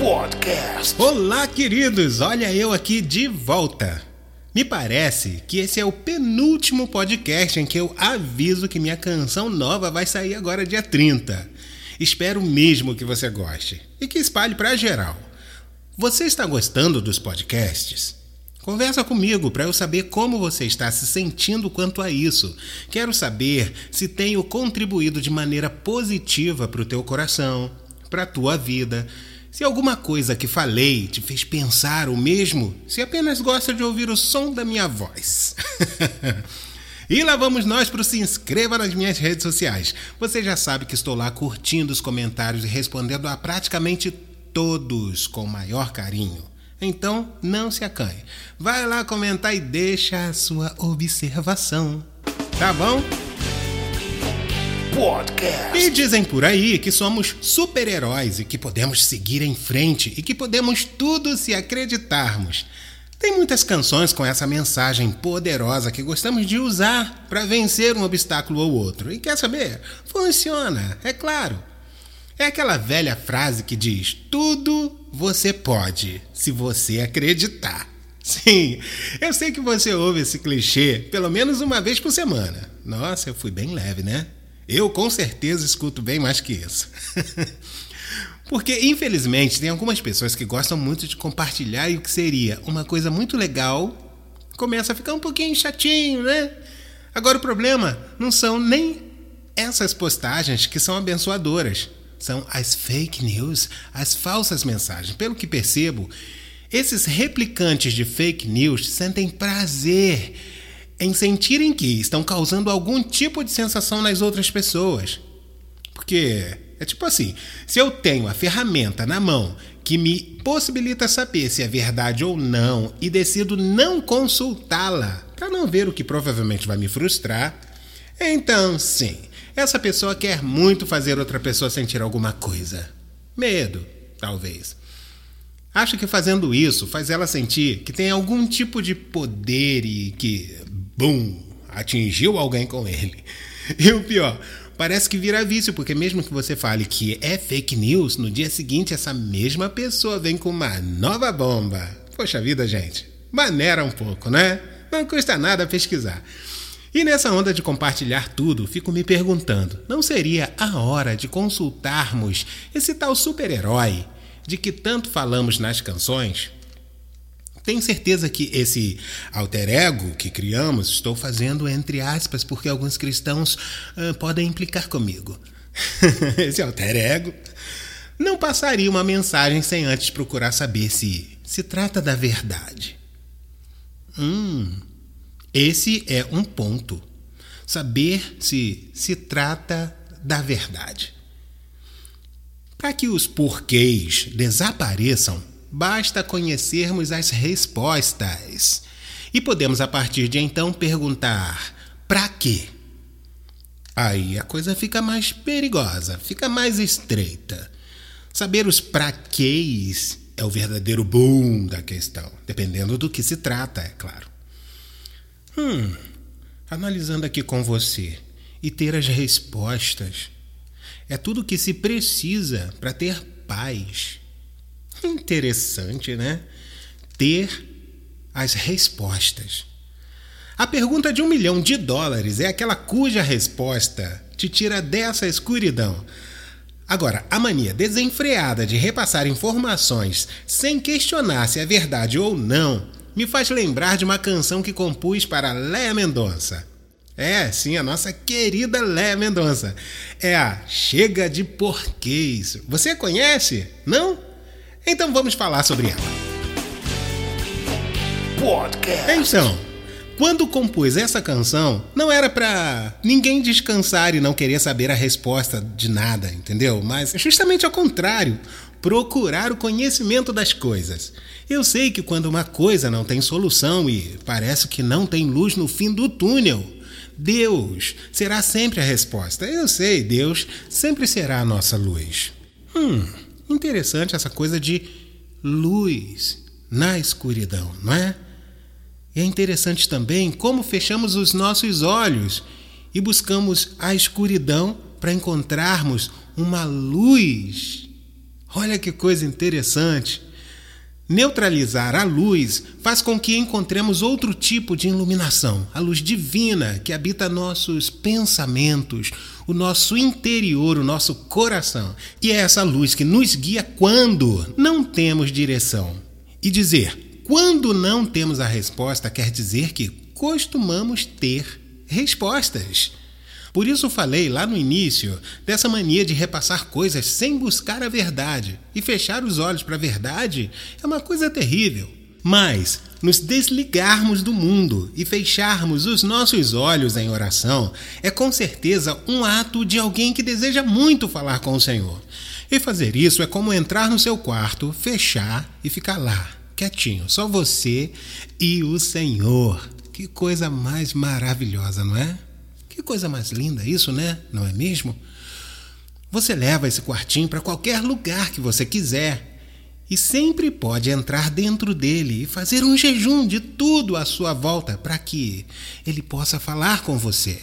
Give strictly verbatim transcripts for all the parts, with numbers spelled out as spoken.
Podcast. Olá, queridos! Olha eu aqui de volta. Me parece que esse é o penúltimo podcast em que eu aviso que minha canção nova vai sair agora dia trinta. Espero mesmo que você goste e que espalhe para geral. Você está gostando dos podcasts? Conversa comigo para eu saber como você está se sentindo quanto a isso. Quero saber se tenho contribuído de maneira positiva para o teu coração, para a tua vida. Se alguma coisa que falei te fez pensar o mesmo, se apenas gosta de ouvir o som da minha voz. E lá vamos nós para o se inscreva nas minhas redes sociais. Você já sabe que estou lá curtindo os comentários e respondendo a praticamente todos com o maior carinho. Então, não se acanhe. Vai lá comentar e deixa a sua observação. Tá bom? Podcast. E dizem por aí que somos super-heróis e que podemos seguir em frente e que podemos tudo se acreditarmos. Tem muitas canções com essa mensagem poderosa que gostamos de usar para vencer um obstáculo ou outro. E quer saber? Funciona, é claro. É aquela velha frase que diz: tudo você pode, se você acreditar. Sim, eu sei que você ouve esse clichê pelo menos uma vez por semana. Nossa, eu fui bem leve, né? Eu com certeza escuto bem mais que isso. Porque, infelizmente, tem algumas pessoas que gostam muito de compartilhar e o que seria uma coisa muito legal começa a ficar um pouquinho chatinho, né? Agora, o problema não são nem essas postagens que são abençoadoras. São as fake news, as falsas mensagens. Pelo que percebo, esses replicantes de fake news sentem prazer em sentirem que estão causando algum tipo de sensação nas outras pessoas. Porque é tipo assim, se eu tenho a ferramenta na mão que me possibilita saber se é verdade ou não e decido não consultá-la para não ver o que provavelmente vai me frustrar, então sim, essa pessoa quer muito fazer outra pessoa sentir alguma coisa. Medo, talvez. Acho que fazendo isso faz ela sentir que tem algum tipo de poder e que, bum, atingiu alguém com ele. E o pior, parece que vira vício, porque mesmo que você fale que é fake news, no dia seguinte essa mesma pessoa vem com uma nova bomba. Poxa vida, gente, maneira um pouco, né? Não custa nada pesquisar. E nessa onda de compartilhar tudo, fico me perguntando, não seria a hora de consultarmos esse tal super-herói de que tanto falamos nas canções? Tenho certeza que esse alter ego que criamos, estou fazendo entre aspas, porque alguns cristãos uh, podem implicar comigo. Esse alter ego não passaria uma mensagem sem antes procurar saber se se trata da verdade. Hum... Esse é um ponto. Saber se se trata da verdade. Para que os porquês desapareçam, basta conhecermos as respostas. E podemos, a partir de então, perguntar: para quê? Aí a coisa fica mais perigosa, fica mais estreita. Saber os para quês é o verdadeiro boom da questão, dependendo do que se trata, é claro. Hum, analisando aqui com você e ter as respostas é tudo o que se precisa para ter paz. Interessante, né? Ter as respostas. A pergunta de um milhão de dólares é aquela cuja resposta te tira dessa escuridão. Agora, a mania desenfreada de repassar informações sem questionar se é verdade ou não me faz lembrar de uma canção que compus para Léa Mendonça. É, sim, a nossa querida Léa Mendonça. É a Chega de Porquês. Você conhece? Não? Então vamos falar sobre ela. Podcast. Então, quando compus essa canção, não era para ninguém descansar e não querer saber a resposta de nada, entendeu? Mas justamente ao contrário, procurar o conhecimento das coisas. Eu sei que quando uma coisa não tem solução e parece que não tem luz no fim do túnel, Deus será sempre a resposta. Eu sei, Deus sempre será a nossa luz. Hum, interessante essa coisa de luz na escuridão, não é? E é interessante também como fechamos os nossos olhos e buscamos a escuridão para encontrarmos uma luz Olha que coisa interessante. Neutralizar a luz faz com que encontremos outro tipo de iluminação, a luz divina que habita nossos pensamentos, o nosso interior, o nosso coração. E é essa luz que nos guia quando não temos direção. E dizer quando não temos a resposta quer dizer que costumamos ter respostas. Por isso falei lá no início dessa mania de repassar coisas sem buscar a verdade. E fechar os olhos para a verdade é uma coisa terrível. Mas nos desligarmos do mundo e fecharmos os nossos olhos em oração é com certeza um ato de alguém que deseja muito falar com o Senhor. E fazer isso é como entrar no seu quarto, fechar e ficar lá, quietinho, só você e o Senhor. Que coisa mais maravilhosa, não é? Que coisa mais linda isso, né? Não é mesmo? Você leva esse quartinho para qualquer lugar que você quiser e sempre pode entrar dentro dele e fazer um jejum de tudo à sua volta para que ele possa falar com você.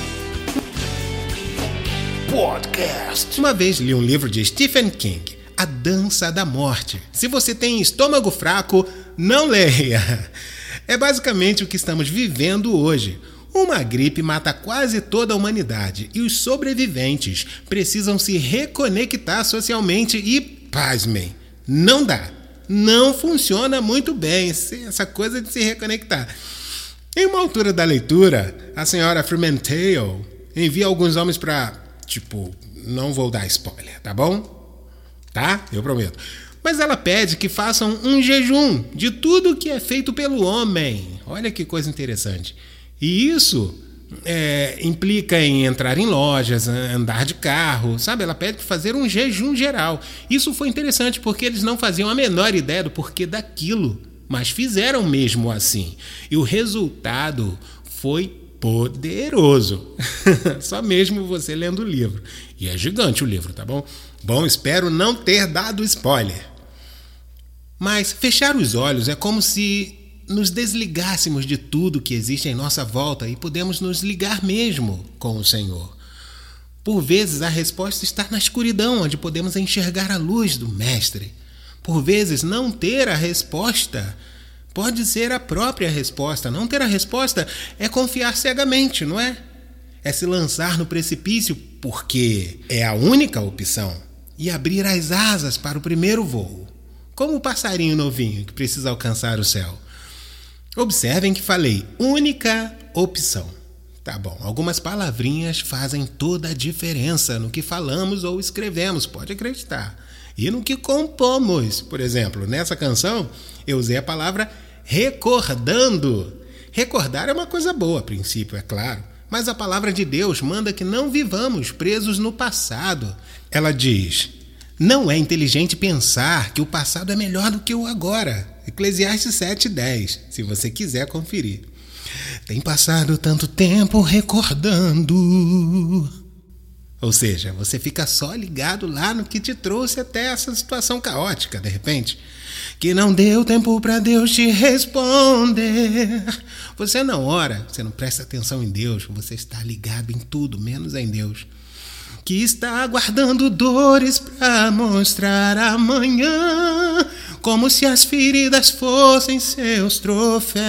Podcast. Uma vez li um livro de Stephen King, A Dança da Morte. Se você tem estômago fraco, não leia. É basicamente o que estamos vivendo hoje. Uma gripe mata quase toda a humanidade e os sobreviventes precisam se reconectar socialmente e, pasmem, não dá. Não funciona muito bem essa coisa de se reconectar. Em uma altura da leitura, a senhora Fremantle envia alguns homens para, tipo, não vou dar spoiler, tá bom? Tá? Eu prometo. Mas ela pede que façam um jejum de tudo que é feito pelo homem. Olha que coisa interessante. E isso é, implica em entrar em lojas, andar de carro, sabe? Ela pede para fazer um jejum geral. Isso foi interessante porque eles não faziam a menor ideia do porquê daquilo, mas fizeram mesmo assim. E o resultado foi poderoso. Só mesmo você lendo o livro. E é gigante o livro, tá bom? Bom, espero não ter dado spoiler. Mas fechar os olhos é como se nos desligássemos de tudo que existe em nossa volta e podemos nos ligar mesmo com o Senhor. Por vezes a resposta está na escuridão, onde podemos enxergar a luz do Mestre. Por vezes não ter a resposta pode ser a própria resposta. Não ter a resposta é confiar cegamente, não é? É se lançar no precipício porque é a única opção e abrir as asas para o primeiro voo, como o passarinho novinho que precisa alcançar o céu. Observem que falei única opção. Tá bom, algumas palavrinhas fazem toda a diferença no que falamos ou escrevemos, pode acreditar. E no que compomos. Por exemplo, nessa canção eu usei a palavra recordando. Recordar é uma coisa boa a princípio, é claro. Mas a palavra de Deus manda que não vivamos presos no passado. Ela diz: não é inteligente pensar que o passado é melhor do que o agora. Eclesiastes sete, dez, se você quiser conferir. Tem passado tanto tempo recordando. Ou seja, você fica só ligado lá no que te trouxe até essa situação caótica, de repente. Que não deu tempo para Deus te responder. Você não ora, você não presta atenção em Deus, você está ligado em tudo, menos em Deus. Que está aguardando dores para mostrar amanhã, como se as feridas fossem seus troféus.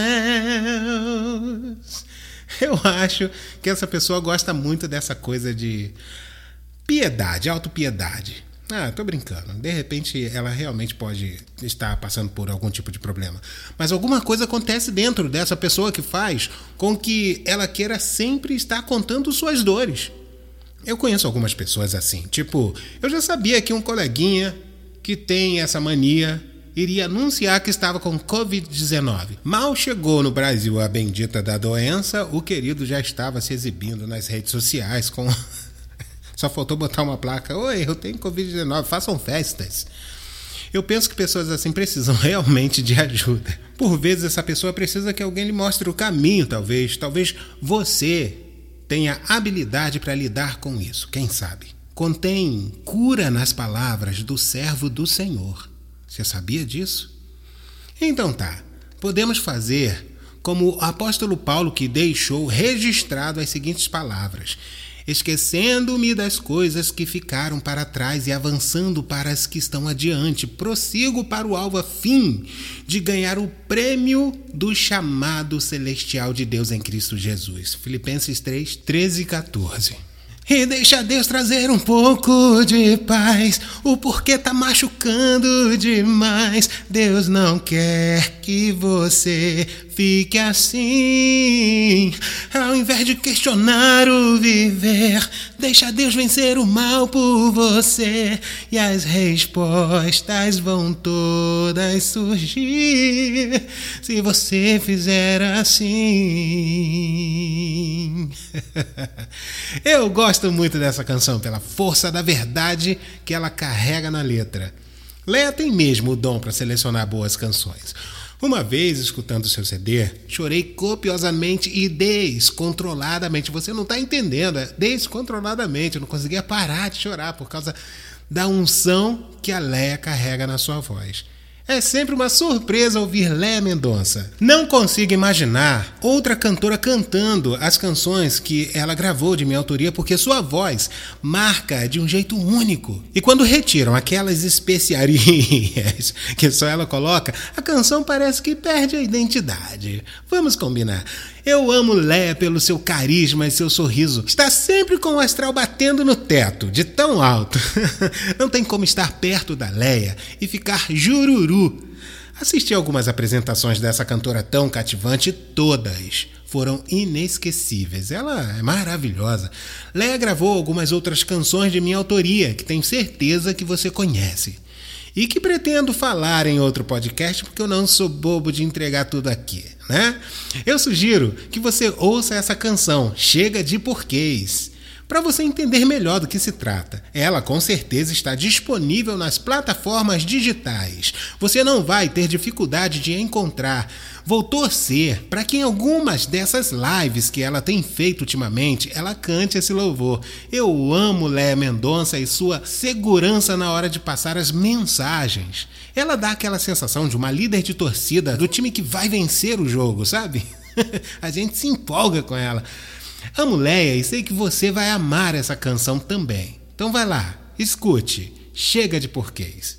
Eu acho que essa pessoa gosta muito dessa coisa de piedade, autopiedade. Ah, tô brincando. De repente ela realmente pode estar passando por algum tipo de problema. Mas alguma coisa acontece dentro dessa pessoa que faz com que ela queira sempre estar contando suas dores. Eu conheço algumas pessoas assim, tipo, eu já sabia que um coleguinha que tem essa mania iria anunciar que estava com covid dezenove. Mal chegou no Brasil a bendita da doença, o querido já estava se exibindo nas redes sociais com... Só faltou botar uma placa: oi, eu tenho covid dezenove, façam festas. Eu penso que pessoas assim precisam realmente de ajuda. Por vezes essa pessoa precisa que alguém lhe mostre o caminho, talvez. Talvez você tenha habilidade para lidar com isso, quem sabe? Contém cura nas palavras do servo do Senhor. Você sabia disso? Então tá, podemos fazer como o apóstolo Paulo, que deixou registrado as seguintes palavras. esquecendo-me das coisas que ficaram para trás e avançando para as que estão adiante, prossigo para o alvo a fim de ganhar o prêmio do chamado celestial de Deus em Cristo Jesus. Filipenses três, treze e quatorze. E deixa Deus trazer um pouco de paz. O porquê tá machucando demais. Deus não quer que você fique assim. Ao invés de questionar o viver, deixa Deus vencer o mal por você. E as respostas vão todas surgir se você fizer assim. Eu gosto muito dessa canção pela força da verdade que ela carrega na letra. Leia tem mesmo o dom para selecionar boas canções. Uma vez, escutando o seu C D, chorei copiosamente e descontroladamente. Você não está entendendo, é descontroladamente. Eu não conseguia parar de chorar por causa da unção que a Léa carrega na sua voz. É sempre uma surpresa ouvir Léa Mendonça. Não consigo imaginar outra cantora cantando as canções que ela gravou de minha autoria, porque sua voz marca de um jeito único. E quando retiram aquelas especiarias que só ela coloca, a canção parece que perde a identidade. Vamos combinar. Eu amo Léa pelo seu carisma e seu sorriso. Está sempre com o astral batendo no teto, de tão alto. Não tem como estar perto da Léa e ficar jururu. Assisti algumas apresentações dessa cantora tão cativante e todas foram inesquecíveis. Ela é maravilhosa. Léa gravou algumas outras canções de minha autoria, que tenho certeza que você conhece. E que pretendo falar em outro podcast, porque eu não sou bobo de entregar tudo aqui, né? Eu sugiro que você ouça essa canção, Chega de Porquês, para você entender melhor do que se trata. Ela com certeza está disponível nas plataformas digitais. Você não vai ter dificuldade de encontrar. Vou torcer para que em algumas dessas lives que ela tem feito ultimamente, ela cante esse louvor. Eu amo Léa Mendonça e sua segurança na hora de passar as mensagens. Ela dá aquela sensação de uma líder de torcida do time que vai vencer o jogo, sabe? A gente se empolga com ela. Amo Léa e sei que você vai amar essa canção também. Então vai lá, escute. Chega de Porquês.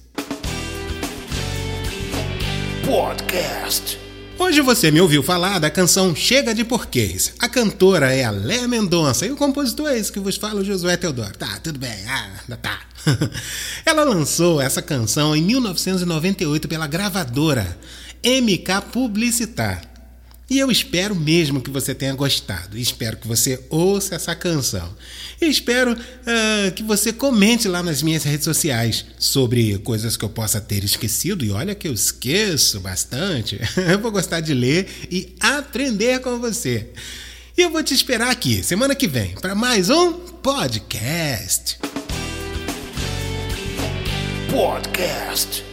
Podcast. Hoje você me ouviu falar da canção Chega de Porquês. A cantora é a Léa Mendonça e o compositor é esse que vos fala, o Josué Teodoro. Tá, tudo bem, ah, tá. Ela lançou essa canção em mil novecentos e noventa e oito pela gravadora M K Publicitar. E eu espero mesmo que você tenha gostado. Espero que você ouça essa canção. E espero uh, que você comente lá nas minhas redes sociais sobre coisas que eu possa ter esquecido. E olha que eu esqueço bastante. Eu vou gostar de ler e aprender com você. E eu vou te esperar aqui, semana que vem, para mais um podcast. Podcast.